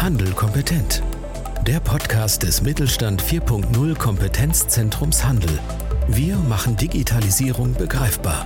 Handel kompetent. Der Podcast des Mittelstand 4.0 Kompetenzzentrums Handel. Wir machen Digitalisierung begreifbar.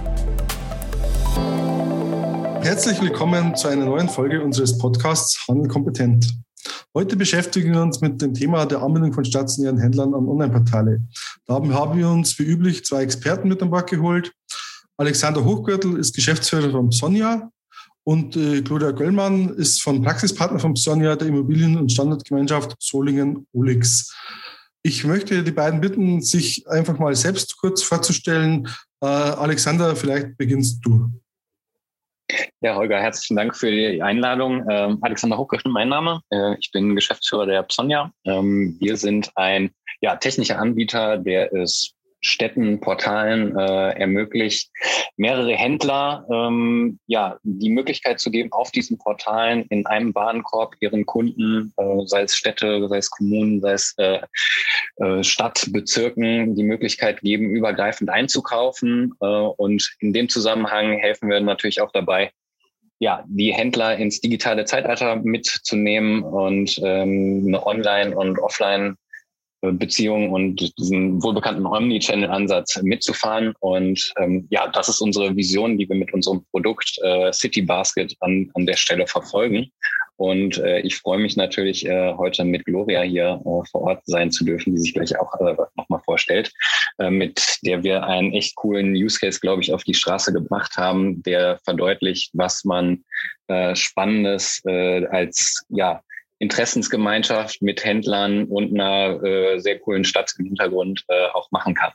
Herzlich willkommen zu einer neuen Folge unseres Podcasts Handel kompetent. Heute beschäftigen wir uns mit dem Thema der Anbindung von stationären Händlern an Online-Portale. Da haben wir uns wie üblich zwei Experten mit an Bord geholt. Alexander Hochgürtel ist Geschäftsführer von Sonja und Claudia Göllmann ist von Praxispartner von Sonja, der Immobilien- und Standortgemeinschaft Solingen-Olex. Ich möchte die beiden bitten, sich einfach mal selbst kurz vorzustellen. Alexander, vielleicht beginnst du. Ja, Holger, herzlichen Dank für die Einladung. Alexander Hochgürtel, mein Name. Ich bin Geschäftsführer der Sonja. Wir sind ein technischer Anbieter, der es Städten, Portalen ermöglicht, mehrere Händler die Möglichkeit zu geben, auf diesen Portalen in einem Warenkorb ihren Kunden, sei es Städte, sei es Kommunen, sei es Stadtbezirken, die Möglichkeit geben, übergreifend einzukaufen. Und in dem Zusammenhang helfen wir natürlich auch dabei, die Händler ins digitale Zeitalter mitzunehmen und eine Online- und Offline Beziehung und diesen wohlbekannten Omnichannel-Ansatz mitzufahren. Und das ist unsere Vision, die wir mit unserem Produkt City Basket an der Stelle verfolgen. Und ich freue mich natürlich, heute mit Gloria hier vor Ort sein zu dürfen, die sich gleich auch nochmal vorstellt, mit der wir einen echt coolen Use Case, glaube ich, auf die Straße gebracht haben, der verdeutlicht, was man Spannendes als Interessensgemeinschaft mit Händlern und einer sehr coolen Stadt im Hintergrund auch machen kann.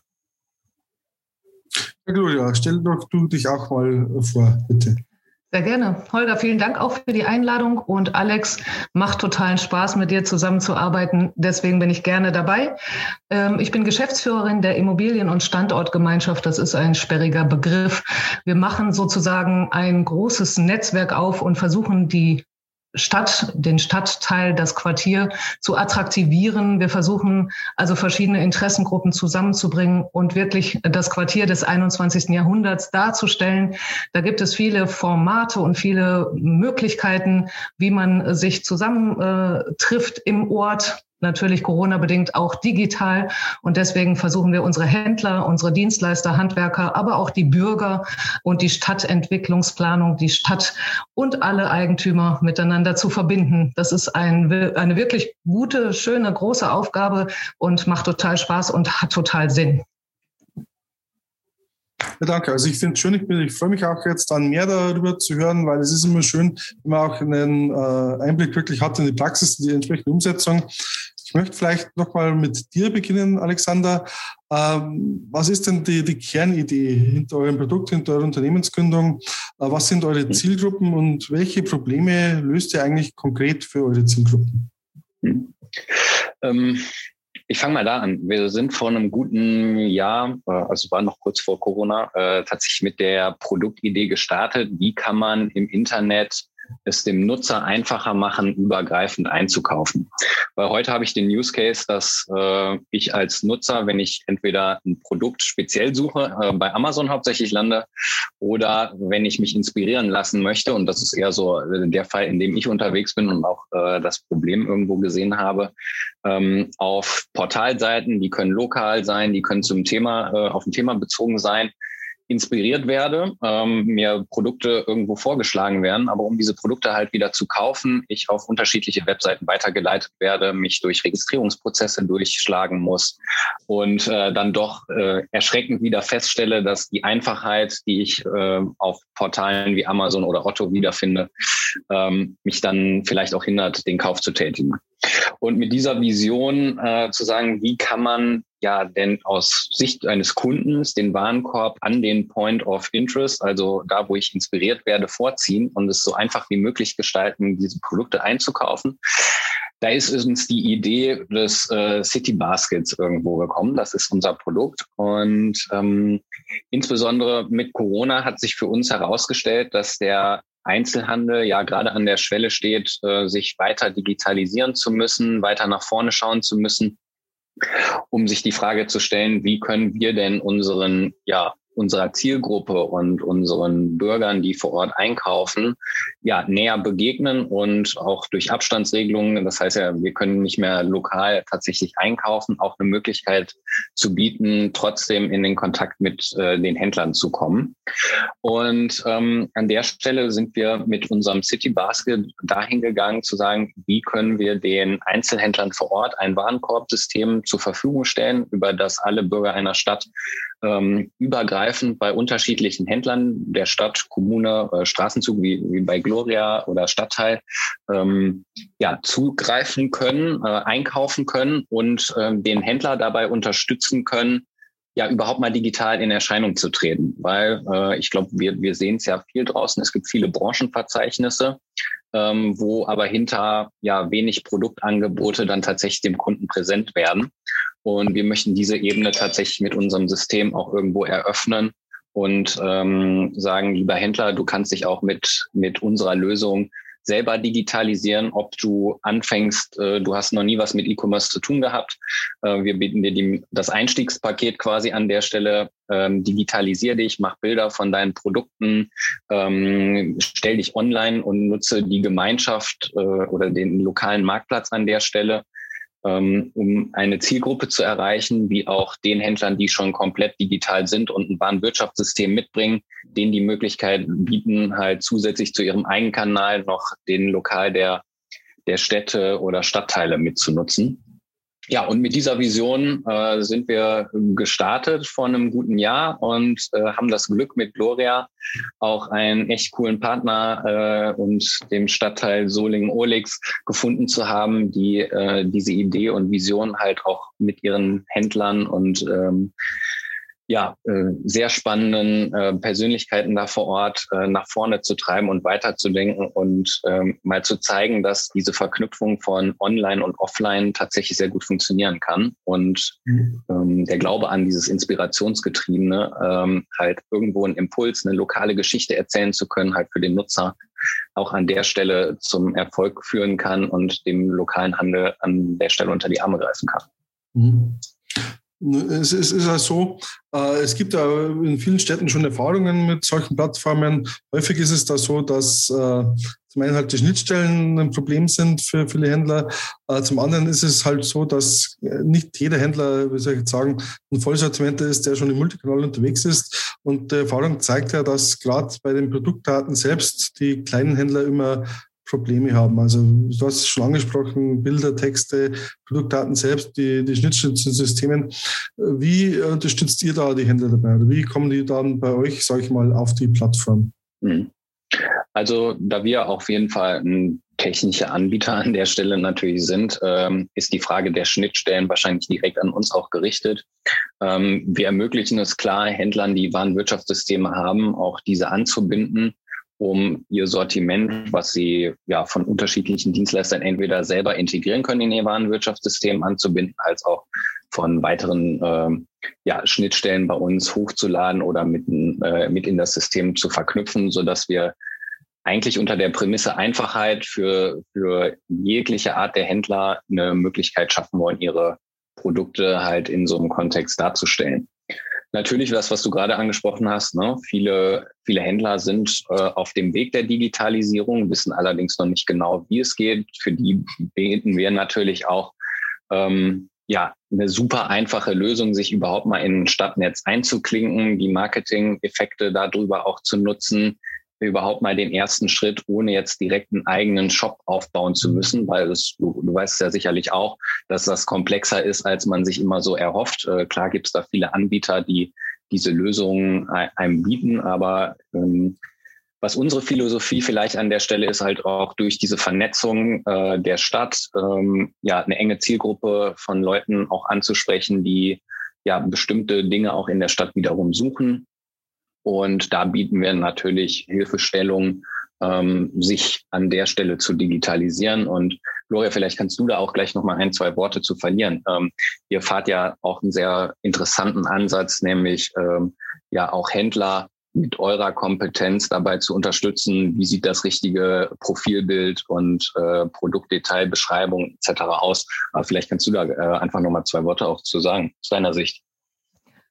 Ja, Gloria, stell doch du dich auch mal vor, bitte. Sehr gerne. Holger, vielen Dank auch für die Einladung. Und Alex, macht totalen Spaß, mit dir zusammenzuarbeiten. Deswegen bin ich gerne dabei. Ich bin Geschäftsführerin der Immobilien- und Standortgemeinschaft. Das ist ein sperriger Begriff. Wir machen sozusagen ein großes Netzwerk auf und versuchen den Stadtteil, das Quartier zu attraktivieren. Wir versuchen also verschiedene Interessengruppen zusammenzubringen und wirklich das Quartier des 21. Jahrhunderts darzustellen. Da gibt es viele Formate und viele Möglichkeiten, wie man sich zusammentrifft im Ort. Natürlich Corona-bedingt auch digital. Und deswegen versuchen wir unsere Händler, unsere Dienstleister, Handwerker, aber auch die Bürger und die Stadtentwicklungsplanung, die Stadt und alle Eigentümer miteinander zu verbinden. Das ist eine wirklich gute, schöne, große Aufgabe und macht total Spaß und hat total Sinn. Ja, danke. Also ich finde es schön, ich freue mich auch jetzt dann mehr darüber zu hören, weil es ist immer schön, wenn man auch einen Einblick wirklich hat in die Praxis, die entsprechende Umsetzung. Ich möchte vielleicht nochmal mit dir beginnen, Alexander. Was ist denn die Kernidee hinter eurem Produkt, hinter eurer Unternehmensgründung? Was sind eure Zielgruppen und welche Probleme löst ihr eigentlich konkret für eure Zielgruppen? Ich fange mal da an. Wir sind vor einem guten Jahr, also war noch kurz vor Corona, tatsächlich mit der Produktidee gestartet. Wie kann man im Internet es dem Nutzer einfacher machen, übergreifend einzukaufen? Weil heute habe ich den Use Case, dass ich als Nutzer, wenn ich entweder ein Produkt speziell suche, bei Amazon hauptsächlich lande oder wenn ich mich inspirieren lassen möchte, und das ist eher so der Fall, in dem ich unterwegs bin und auch das Problem irgendwo gesehen habe, auf Portalseiten, die können lokal sein, die können zum Thema, auf ein Thema bezogen sein, inspiriert werde, mir Produkte irgendwo vorgeschlagen werden, aber um diese Produkte halt wieder zu kaufen, ich auf unterschiedliche Webseiten weitergeleitet werde, mich durch Registrierungsprozesse durchschlagen muss und dann doch erschreckend wieder feststelle, dass die Einfachheit, die ich auf Portalen wie Amazon oder Otto wiederfinde, mich dann vielleicht auch hindert, den Kauf zu tätigen. Und mit dieser Vision zu sagen, wie kann man denn aus Sicht eines Kundens den Warenkorb an den Point of Interest, also da, wo ich inspiriert werde, vorziehen und es so einfach wie möglich gestalten, diese Produkte einzukaufen. Da ist uns die Idee des City Baskets irgendwo gekommen. Das ist unser Produkt. Und insbesondere mit Corona hat sich für uns herausgestellt, dass der Einzelhandel gerade an der Schwelle steht, sich weiter digitalisieren zu müssen, weiter nach vorne schauen zu müssen, um sich die Frage zu stellen, wie können wir denn unseren unserer Zielgruppe und unseren Bürgern, die vor Ort einkaufen, ja, näher begegnen und auch durch Abstandsregelungen, das heißt ja, wir können nicht mehr lokal tatsächlich einkaufen, auch eine Möglichkeit zu bieten, trotzdem in den Kontakt mit den Händlern zu kommen. Und an der Stelle sind wir mit unserem City Basket dahin gegangen, zu sagen, wie können wir den Einzelhändlern vor Ort ein Warenkorbsystem zur Verfügung stellen, über das alle Bürger einer Stadt übergreifend bei unterschiedlichen Händlern der Stadt, Kommune, Straßenzug wie bei Gloria oder Stadtteil zugreifen können, einkaufen können und den Händler dabei unterstützen können, ja überhaupt mal digital in Erscheinung zu treten. Weil ich glaube, wir sehen es ja viel draußen, es gibt viele Branchenverzeichnisse, wo aber hinter wenig Produktangebote dann tatsächlich dem Kunden präsent werden. Und wir möchten diese Ebene tatsächlich mit unserem System auch irgendwo eröffnen und sagen, lieber Händler, du kannst dich auch mit unserer Lösung selber digitalisieren, ob du anfängst, du hast noch nie was mit E-Commerce zu tun gehabt. Wir bieten dir das Einstiegspaket quasi an der Stelle, digitalisier dich, mach Bilder von deinen Produkten, stell dich online und nutze die Gemeinschaft oder den lokalen Marktplatz an der Stelle, um eine Zielgruppe zu erreichen, wie auch den Händlern, die schon komplett digital sind und ein Warenwirtschaftssystem mitbringen, denen die Möglichkeit bieten, halt zusätzlich zu ihrem Eigenkanal noch den Lokal der Städte oder Stadtteile mitzunutzen. Ja, und mit dieser Vision sind wir gestartet vor einem guten Jahr und haben das Glück, mit Gloria auch einen echt coolen Partner und dem Stadtteil Solingen-Ohlix gefunden zu haben, die diese Idee und Vision halt auch mit ihren Händlern und sehr spannenden Persönlichkeiten da vor Ort nach vorne zu treiben und weiterzudenken und mal zu zeigen, dass diese Verknüpfung von Online und Offline tatsächlich sehr gut funktionieren kann. Und der Glaube an dieses Inspirationsgetriebene, halt irgendwo einen Impuls, eine lokale Geschichte erzählen zu können, halt für den Nutzer auch an der Stelle zum Erfolg führen kann und dem lokalen Handel an der Stelle unter die Arme greifen kann. Mhm. Es ist ja so, es gibt ja in vielen Städten schon Erfahrungen mit solchen Plattformen. Häufig ist es da so, dass zum einen halt die Schnittstellen ein Problem sind für viele Händler. Zum anderen ist es halt so, dass nicht jeder Händler, wie soll ich jetzt sagen, ein Vollsortimenter ist, der schon im Multikanal unterwegs ist. Und die Erfahrung zeigt ja, dass gerade bei den Produktdaten selbst die kleinen Händler immer Probleme haben. Also du hast es schon angesprochen, Bilder, Texte, Produktdaten selbst, die Schnittstellen zu Systemen. Wie unterstützt ihr da die Händler dabei? Oder wie kommen die dann bei euch, sage ich mal, auf die Plattform? Also da wir auf jeden Fall ein technischer Anbieter an der Stelle natürlich sind, ist die Frage der Schnittstellen wahrscheinlich direkt an uns auch gerichtet. Wir ermöglichen es klar, Händlern, die Warenwirtschaftssysteme haben, auch diese anzubinden, um ihr Sortiment, was sie ja von unterschiedlichen Dienstleistern entweder selber integrieren können in ihr Warenwirtschaftssystem anzubinden, als auch von weiteren Schnittstellen bei uns hochzuladen oder mit in das System zu verknüpfen, sodass wir eigentlich unter der Prämisse Einfachheit für jegliche Art der Händler eine Möglichkeit schaffen wollen, ihre Produkte halt in so einem Kontext darzustellen. Natürlich das, was du gerade angesprochen hast, ne? Viele Händler sind auf dem Weg der Digitalisierung, wissen allerdings noch nicht genau, wie es geht. Für die bieten wir natürlich auch eine super einfache Lösung, sich überhaupt mal in ein Stadtnetz einzuklinken, die Marketing-Effekte darüber auch zu nutzen, überhaupt mal den ersten Schritt, ohne jetzt direkt einen eigenen Shop aufbauen zu müssen, weil du weißt ja sicherlich auch, dass das komplexer ist, als man sich immer so erhofft. Klar gibt es da viele Anbieter, die diese Lösungen einem bieten, aber was unsere Philosophie vielleicht an der Stelle ist, halt auch durch diese Vernetzung der Stadt eine enge Zielgruppe von Leuten auch anzusprechen, die bestimmte Dinge auch in der Stadt wiederum suchen. Und da bieten wir natürlich Hilfestellung, sich an der Stelle zu digitalisieren. Und Gloria, vielleicht kannst du da auch gleich noch mal 1-2 Worte zu verlieren. Ihr fahrt ja auch einen sehr interessanten Ansatz, nämlich auch Händler mit eurer Kompetenz dabei zu unterstützen, wie sieht das richtige Profilbild und Produktdetailbeschreibung etc. aus. Aber vielleicht kannst du da einfach noch mal 2 Worte auch zu sagen, aus deiner Sicht.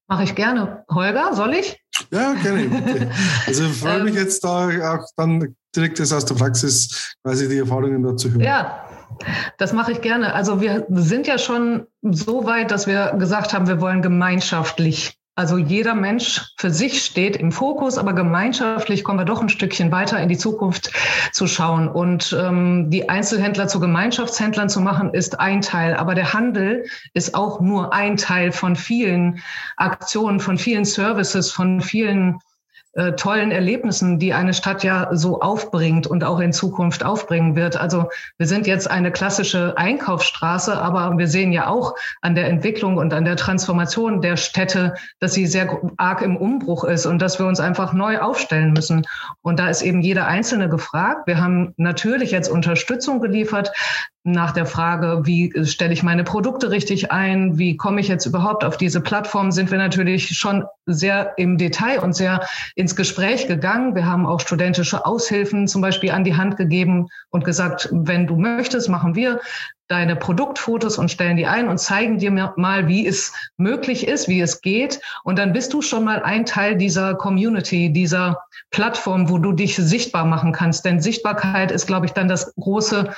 Mache ich gerne. Holger, soll ich? Ja, gerne. Okay. Also ich freue mich jetzt da auch dann direkt aus der Praxis quasi die Erfahrungen dazu hören. Ja, das mache ich gerne. Also wir sind ja schon so weit, dass wir gesagt haben, wir wollen gemeinschaftlich. Also jeder Mensch für sich steht im Fokus, aber gemeinschaftlich kommen wir doch ein Stückchen weiter in die Zukunft zu schauen. Und die Einzelhändler zu Gemeinschaftshändlern zu machen, ist ein Teil. Aber der Handel ist auch nur ein Teil von vielen Aktionen, von vielen Services, von vielen tollen Erlebnissen, die eine Stadt ja so aufbringt und auch in Zukunft aufbringen wird. Also wir sind jetzt eine klassische Einkaufsstraße, aber wir sehen ja auch an der Entwicklung und an der Transformation der Städte, dass sie sehr arg im Umbruch ist und dass wir uns einfach neu aufstellen müssen. Und da ist eben jeder Einzelne gefragt. Wir haben natürlich jetzt Unterstützung geliefert nach der Frage, wie stelle ich meine Produkte richtig ein, wie komme ich jetzt überhaupt auf diese Plattform, sind wir natürlich schon sehr im Detail und sehr ins Gespräch gegangen. Wir haben auch studentische Aushilfen zum Beispiel an die Hand gegeben und gesagt, wenn du möchtest, machen wir deine Produktfotos und stellen die ein und zeigen dir mal, wie es möglich ist, wie es geht. Und dann bist du schon mal ein Teil dieser Community, dieser Plattform, wo du dich sichtbar machen kannst. Denn Sichtbarkeit ist, glaube ich, dann das große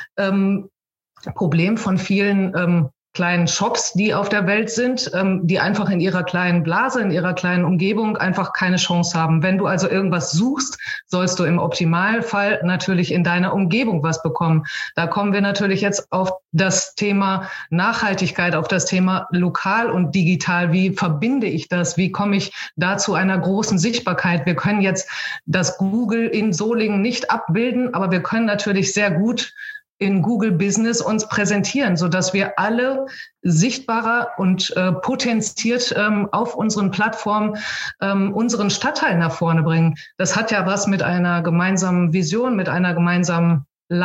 Problem von vielen kleinen Shops, die auf der Welt sind, die einfach in ihrer kleinen Blase, in ihrer kleinen Umgebung einfach keine Chance haben. Wenn du also irgendwas suchst, sollst du im Optimalfall natürlich in deiner Umgebung was bekommen. Da kommen wir natürlich jetzt auf das Thema Nachhaltigkeit, auf das Thema lokal und digital. Wie verbinde ich das? Wie komme ich da zu einer großen Sichtbarkeit? Wir können jetzt das Google in Solingen nicht abbilden, aber wir können natürlich sehr gut in Google Business uns präsentieren, sodass wir alle sichtbarer und potenziert auf unseren Plattformen unseren Stadtteil nach vorne bringen. Das hat ja was mit einer gemeinsamen Vision, mit einer gemeinsamen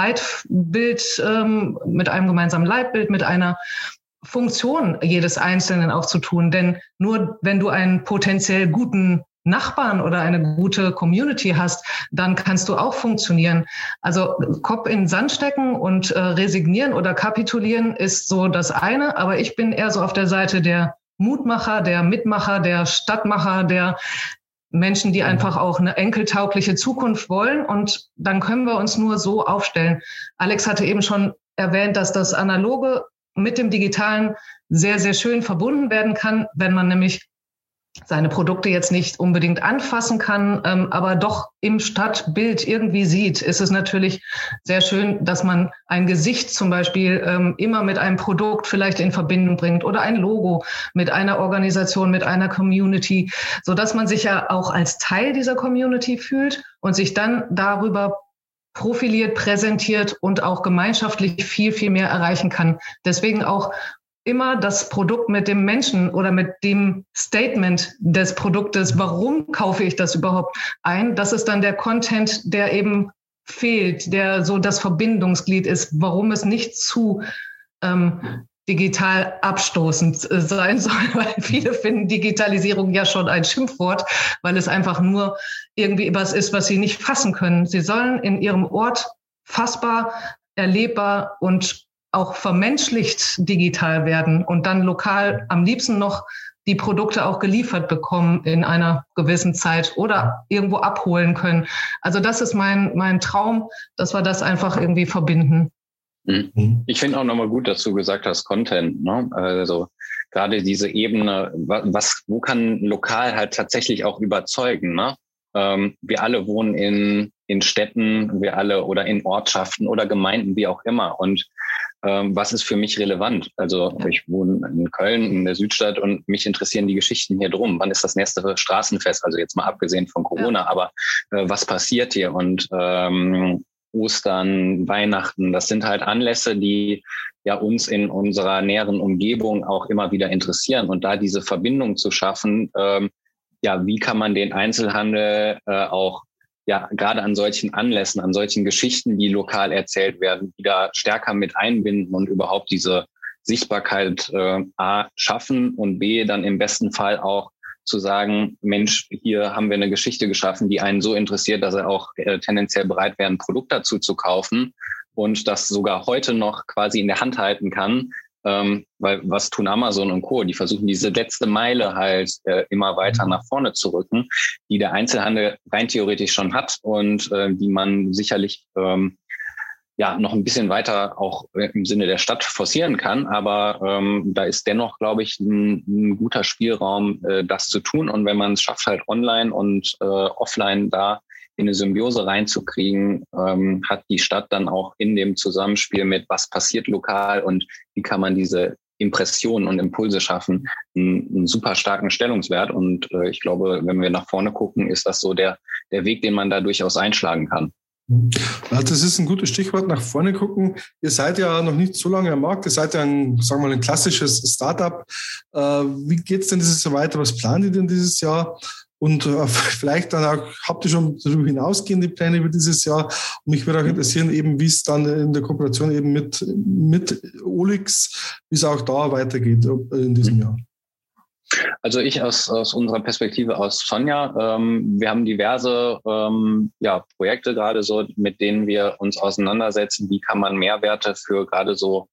Leitbild, mit einem gemeinsamen Leitbild, mit einer Funktion jedes Einzelnen auch zu tun. Denn nur wenn du einen potenziell guten Nachbarn oder eine gute Community hast, dann kannst du auch funktionieren. Also Kopf in den Sand stecken und resignieren oder kapitulieren ist so das eine, aber ich bin eher so auf der Seite der Mutmacher, der Mitmacher, der Stadtmacher, der Menschen, die einfach auch eine enkeltaugliche Zukunft wollen, und dann können wir uns nur so aufstellen. Alex hatte eben schon erwähnt, dass das Analoge mit dem Digitalen sehr, sehr schön verbunden werden kann, wenn man nämlich seine Produkte jetzt nicht unbedingt anfassen kann, aber doch im Stadtbild irgendwie sieht, ist es natürlich sehr schön, dass man ein Gesicht zum Beispiel immer mit einem Produkt vielleicht in Verbindung bringt oder ein Logo mit einer Organisation, mit einer Community, so dass man sich ja auch als Teil dieser Community fühlt und sich dann darüber profiliert, präsentiert und auch gemeinschaftlich viel, viel mehr erreichen kann. Deswegen auch immer das Produkt mit dem Menschen oder mit dem Statement des Produktes, warum kaufe ich das überhaupt ein? Das ist dann der Content, der eben fehlt, der so das Verbindungsglied ist, warum es nicht zu digital abstoßend sein soll, weil viele finden Digitalisierung ja schon ein Schimpfwort, weil es einfach nur irgendwie was ist, was sie nicht fassen können. Sie sollen in ihrem Ort fassbar, erlebbar und auch vermenschlicht digital werden und dann lokal am liebsten noch die Produkte auch geliefert bekommen in einer gewissen Zeit oder irgendwo abholen können. Also das ist mein Traum, dass wir das einfach irgendwie verbinden. Ich finde auch nochmal gut, dass du gesagt hast, Content, ne? Also gerade diese Ebene, wo kann lokal halt tatsächlich auch überzeugen, ne? Wir alle wohnen in Städten, wir alle oder in Ortschaften oder Gemeinden, wie auch immer. Und was ist für mich relevant? Also ich wohne in Köln, in der Südstadt, und mich interessieren die Geschichten hier drum. Wann ist das nächste Straßenfest? Also jetzt mal abgesehen von Corona, aber was passiert hier? Und Ostern, Weihnachten, das sind halt Anlässe, die ja uns in unserer näheren Umgebung auch immer wieder interessieren. Und da diese Verbindung zu schaffen, wie kann man den Einzelhandel auch gerade an solchen Anlässen, an solchen Geschichten, die lokal erzählt werden, wieder stärker mit einbinden und überhaupt diese Sichtbarkeit A schaffen und B dann im besten Fall auch zu sagen, Mensch, hier haben wir eine Geschichte geschaffen, die einen so interessiert, dass er auch tendenziell bereit wäre, ein Produkt dazu zu kaufen und das sogar heute noch quasi in der Hand halten kann, Weil was tun Amazon und Co.? Die versuchen diese letzte Meile halt immer weiter nach vorne zu rücken, die der Einzelhandel rein theoretisch schon hat und die man sicherlich noch ein bisschen weiter auch im Sinne der Stadt forcieren kann. Aber da ist dennoch, glaube ich, ein guter Spielraum, das zu tun. Und wenn man es schafft, halt online und offline da in eine Symbiose reinzukriegen, hat die Stadt dann auch in dem Zusammenspiel mit, was passiert lokal und wie kann man diese Impressionen und Impulse schaffen, einen super starken Stellungswert. Und ich glaube, wenn wir nach vorne gucken, ist das so der Weg, den man da durchaus einschlagen kann. Also das ist ein gutes Stichwort, nach vorne gucken. Ihr seid ja noch nicht so lange am Markt, ihr seid ja ein klassisches Startup. Wie geht es denn dieses Jahr weiter? Was plant ihr denn dieses Jahr? Und vielleicht dann auch, habt ihr schon darüber hinausgehende Pläne über dieses Jahr? Und mich würde auch interessieren, eben wie es dann in der Kooperation eben mit Olix, wie es auch da weitergeht in diesem Jahr. Also ich aus unserer Perspektive aus Sonja, wir haben diverse Projekte gerade so, mit denen wir uns auseinandersetzen. Wie kann man Mehrwerte für gerade so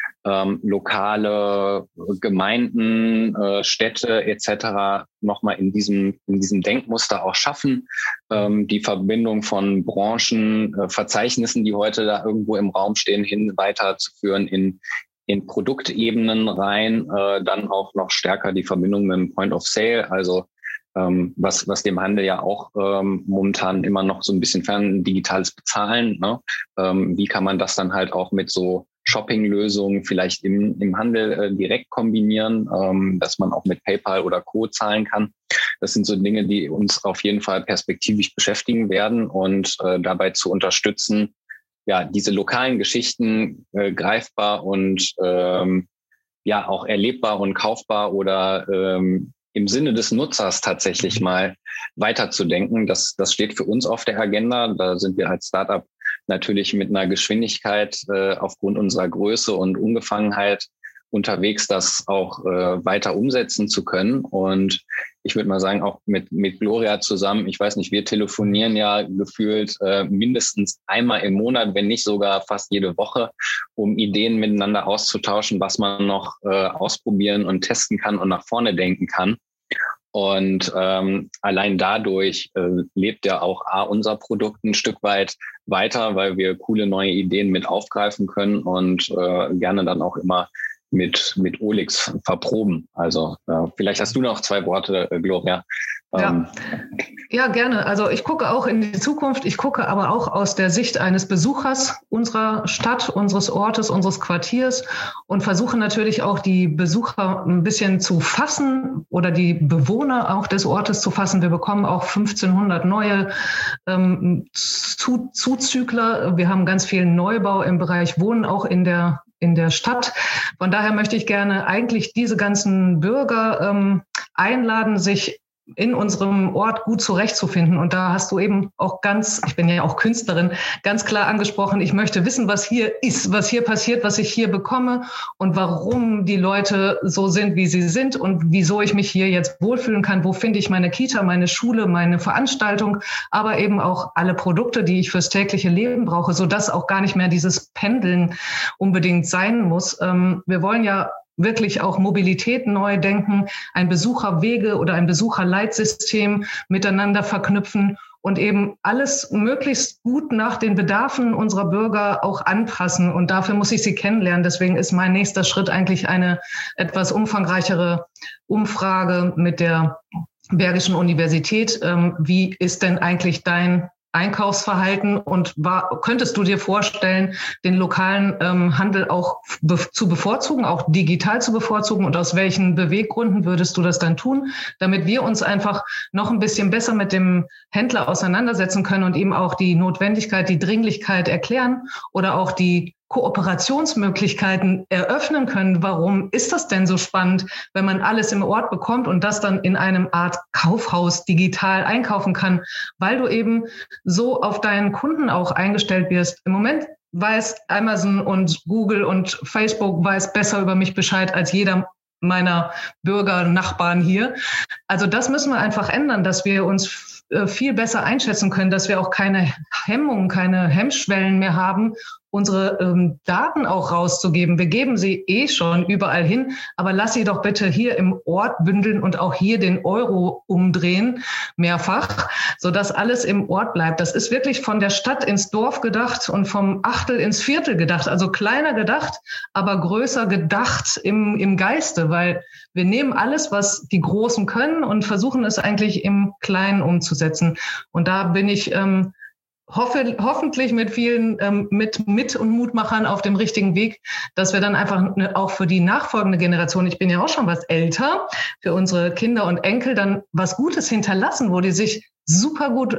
lokale Gemeinden, Städte etc. nochmal in diesem Denkmuster auch schaffen. Die Verbindung von Branchen, Verzeichnissen, die heute da irgendwo im Raum stehen, hin weiterzuführen in Produktebenen rein, dann auch noch stärker die Verbindung mit dem Point of Sale, also was dem Handel ja auch momentan immer noch so ein bisschen fern, digitales Bezahlen, ne? Wie kann man das dann halt auch mit so Shopping-Lösungen vielleicht im Handel direkt kombinieren, dass man auch mit PayPal oder Co. zahlen kann. Das sind so Dinge, die uns auf jeden Fall perspektivisch beschäftigen werden und dabei zu unterstützen, ja, diese lokalen Geschichten greifbar und auch erlebbar und kaufbar oder im Sinne des Nutzers tatsächlich mal weiterzudenken. Das steht für uns auf der Agenda. Da sind wir als Startup natürlich mit einer Geschwindigkeit aufgrund unserer Größe und Unbefangenheit unterwegs, das auch weiter umsetzen zu können. Und ich würde mal sagen, auch mit Gloria zusammen, ich weiß nicht, wir telefonieren ja gefühlt mindestens einmal im Monat, wenn nicht sogar fast jede Woche, um Ideen miteinander auszutauschen, was man noch ausprobieren und testen kann und nach vorne denken kann. Und allein dadurch lebt ja auch unser Produkt ein Stück weit weiter, weil wir coole neue Ideen mit aufgreifen können und gerne dann auch immer mit Olix verproben. Also vielleicht hast du noch 2 Worte, Gloria. Ja, gerne. Also ich gucke auch in die Zukunft. Ich gucke aber auch aus der Sicht eines Besuchers unserer Stadt, unseres Ortes, unseres Quartiers und versuche natürlich auch die Besucher ein bisschen zu fassen oder die Bewohner auch des Ortes zu fassen. Wir bekommen auch 1500 neue Zuzügler. Wir haben ganz viel Neubau im Bereich Wohnen auch in der Stadt. Von daher möchte ich gerne eigentlich diese ganzen Bürger einladen, sich in unserem Ort gut zurechtzufinden. Und da hast du eben auch ich bin ja auch Künstlerin, ganz klar angesprochen, ich möchte wissen, was hier ist, was hier passiert, was ich hier bekomme und warum die Leute so sind, wie sie sind und wieso ich mich hier jetzt wohlfühlen kann. Wo finde ich meine Kita, meine Schule, meine Veranstaltung, aber eben auch alle Produkte, die ich fürs tägliche Leben brauche, sodass auch gar nicht mehr dieses Pendeln unbedingt sein muss. Wir wollen ja wirklich auch Mobilität neu denken, ein Besucherwege oder ein Besucherleitsystem miteinander verknüpfen und eben alles möglichst gut nach den Bedarfen unserer Bürger auch anpassen. Und dafür muss ich sie kennenlernen. Deswegen ist mein nächster Schritt eigentlich eine etwas umfangreichere Umfrage mit der Bergischen Universität. Wie ist denn eigentlich dein Einkaufsverhalten und könntest du dir vorstellen, den lokalen Handel auch zu bevorzugen, auch digital zu bevorzugen und aus welchen Beweggründen würdest du das dann tun, damit wir uns einfach noch ein bisschen besser mit dem Händler auseinandersetzen können und ihm auch die Notwendigkeit, die Dringlichkeit erklären oder auch die Kooperationsmöglichkeiten eröffnen können. Warum ist das denn so spannend, wenn man alles im Ort bekommt und das dann in einem Art Kaufhaus digital einkaufen kann, weil du eben so auf deinen Kunden auch eingestellt wirst. Im Moment weiß Amazon und Google und Facebook weiß besser über mich Bescheid als jeder meiner Bürger, Nachbarn hier. Also das müssen wir einfach ändern, dass wir uns viel besser einschätzen können, dass wir auch keine Hemmungen, keine Hemmschwellen mehr haben, unsere Daten auch rauszugeben. Wir geben sie schon überall hin, aber lass sie doch bitte hier im Ort bündeln und auch hier den Euro umdrehen, mehrfach, sodass alles im Ort bleibt. Das ist wirklich von der Stadt ins Dorf gedacht und vom Achtel ins Viertel gedacht. Also kleiner gedacht, aber größer gedacht im Geiste, weil wir nehmen alles, was die Großen können und versuchen es eigentlich im Kleinen umzusetzen. Und da bin ich hoffentlich mit vielen mit und Mutmachern auf dem richtigen Weg, dass wir dann einfach auch für die nachfolgende Generation, ich bin ja auch schon was älter, für unsere Kinder und Enkel dann was Gutes hinterlassen, wo die sich super gut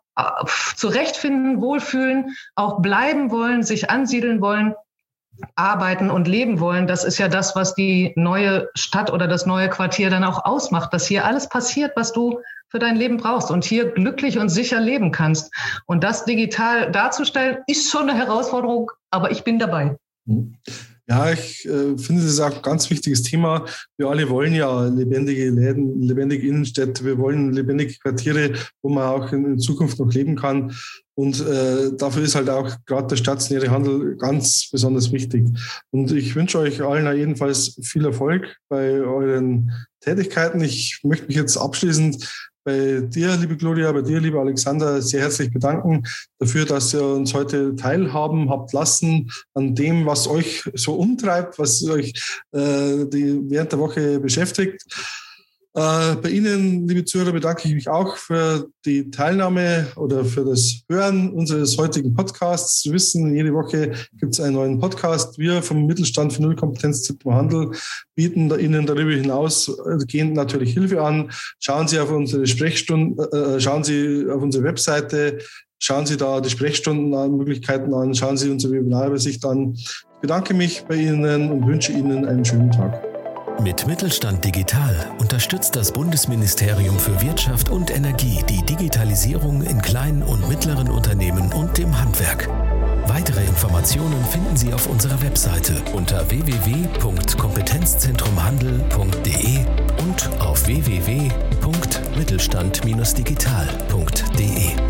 zurechtfinden, wohlfühlen, auch bleiben wollen, sich ansiedeln wollen, arbeiten und leben wollen. Das ist ja das, was die neue Stadt oder das neue Quartier dann auch ausmacht, dass hier alles passiert, was du für dein Leben brauchst und hier glücklich und sicher leben kannst. Und das digital darzustellen, ist schon eine Herausforderung, aber ich bin dabei. Ja, ich finde, das ist auch ein ganz wichtiges Thema. Wir alle wollen ja lebendige Läden, lebendige Innenstädte. Wir wollen lebendige Quartiere, wo man auch in Zukunft noch leben kann. Und dafür ist halt auch gerade der stationäre Handel ganz besonders wichtig. Und ich wünsche euch allen jedenfalls viel Erfolg bei euren Tätigkeiten. Ich möchte mich jetzt abschließend bei dir, liebe Gloria, bei dir, lieber Alexander, sehr herzlich bedanken dafür, dass ihr uns heute teilhaben habt lassen an dem, was euch so umtreibt, was euch während der Woche beschäftigt. Bei Ihnen, liebe Zuhörer, bedanke ich mich auch für die Teilnahme oder für das Hören unseres heutigen Podcasts. Sie wissen, jede Woche gibt es einen neuen Podcast. Wir vom Mittelstand für Null Kompetenzzentrum Handel bieten Ihnen darüber hinaus gehend natürlich Hilfe an. Schauen Sie auf unsere Sprechstunden, schauen Sie auf unsere Webseite, schauen Sie da die Sprechstundenmöglichkeiten an, schauen Sie unsere Webinarübersicht an. Ich bedanke mich bei Ihnen und wünsche Ihnen einen schönen Tag. Mit Mittelstand Digital unterstützt das Bundesministerium für Wirtschaft und Energie die Digitalisierung in kleinen und mittleren Unternehmen und dem Handwerk. Weitere Informationen finden Sie auf unserer Webseite unter www.kompetenzzentrumhandel.de und auf www.mittelstand-digital.de.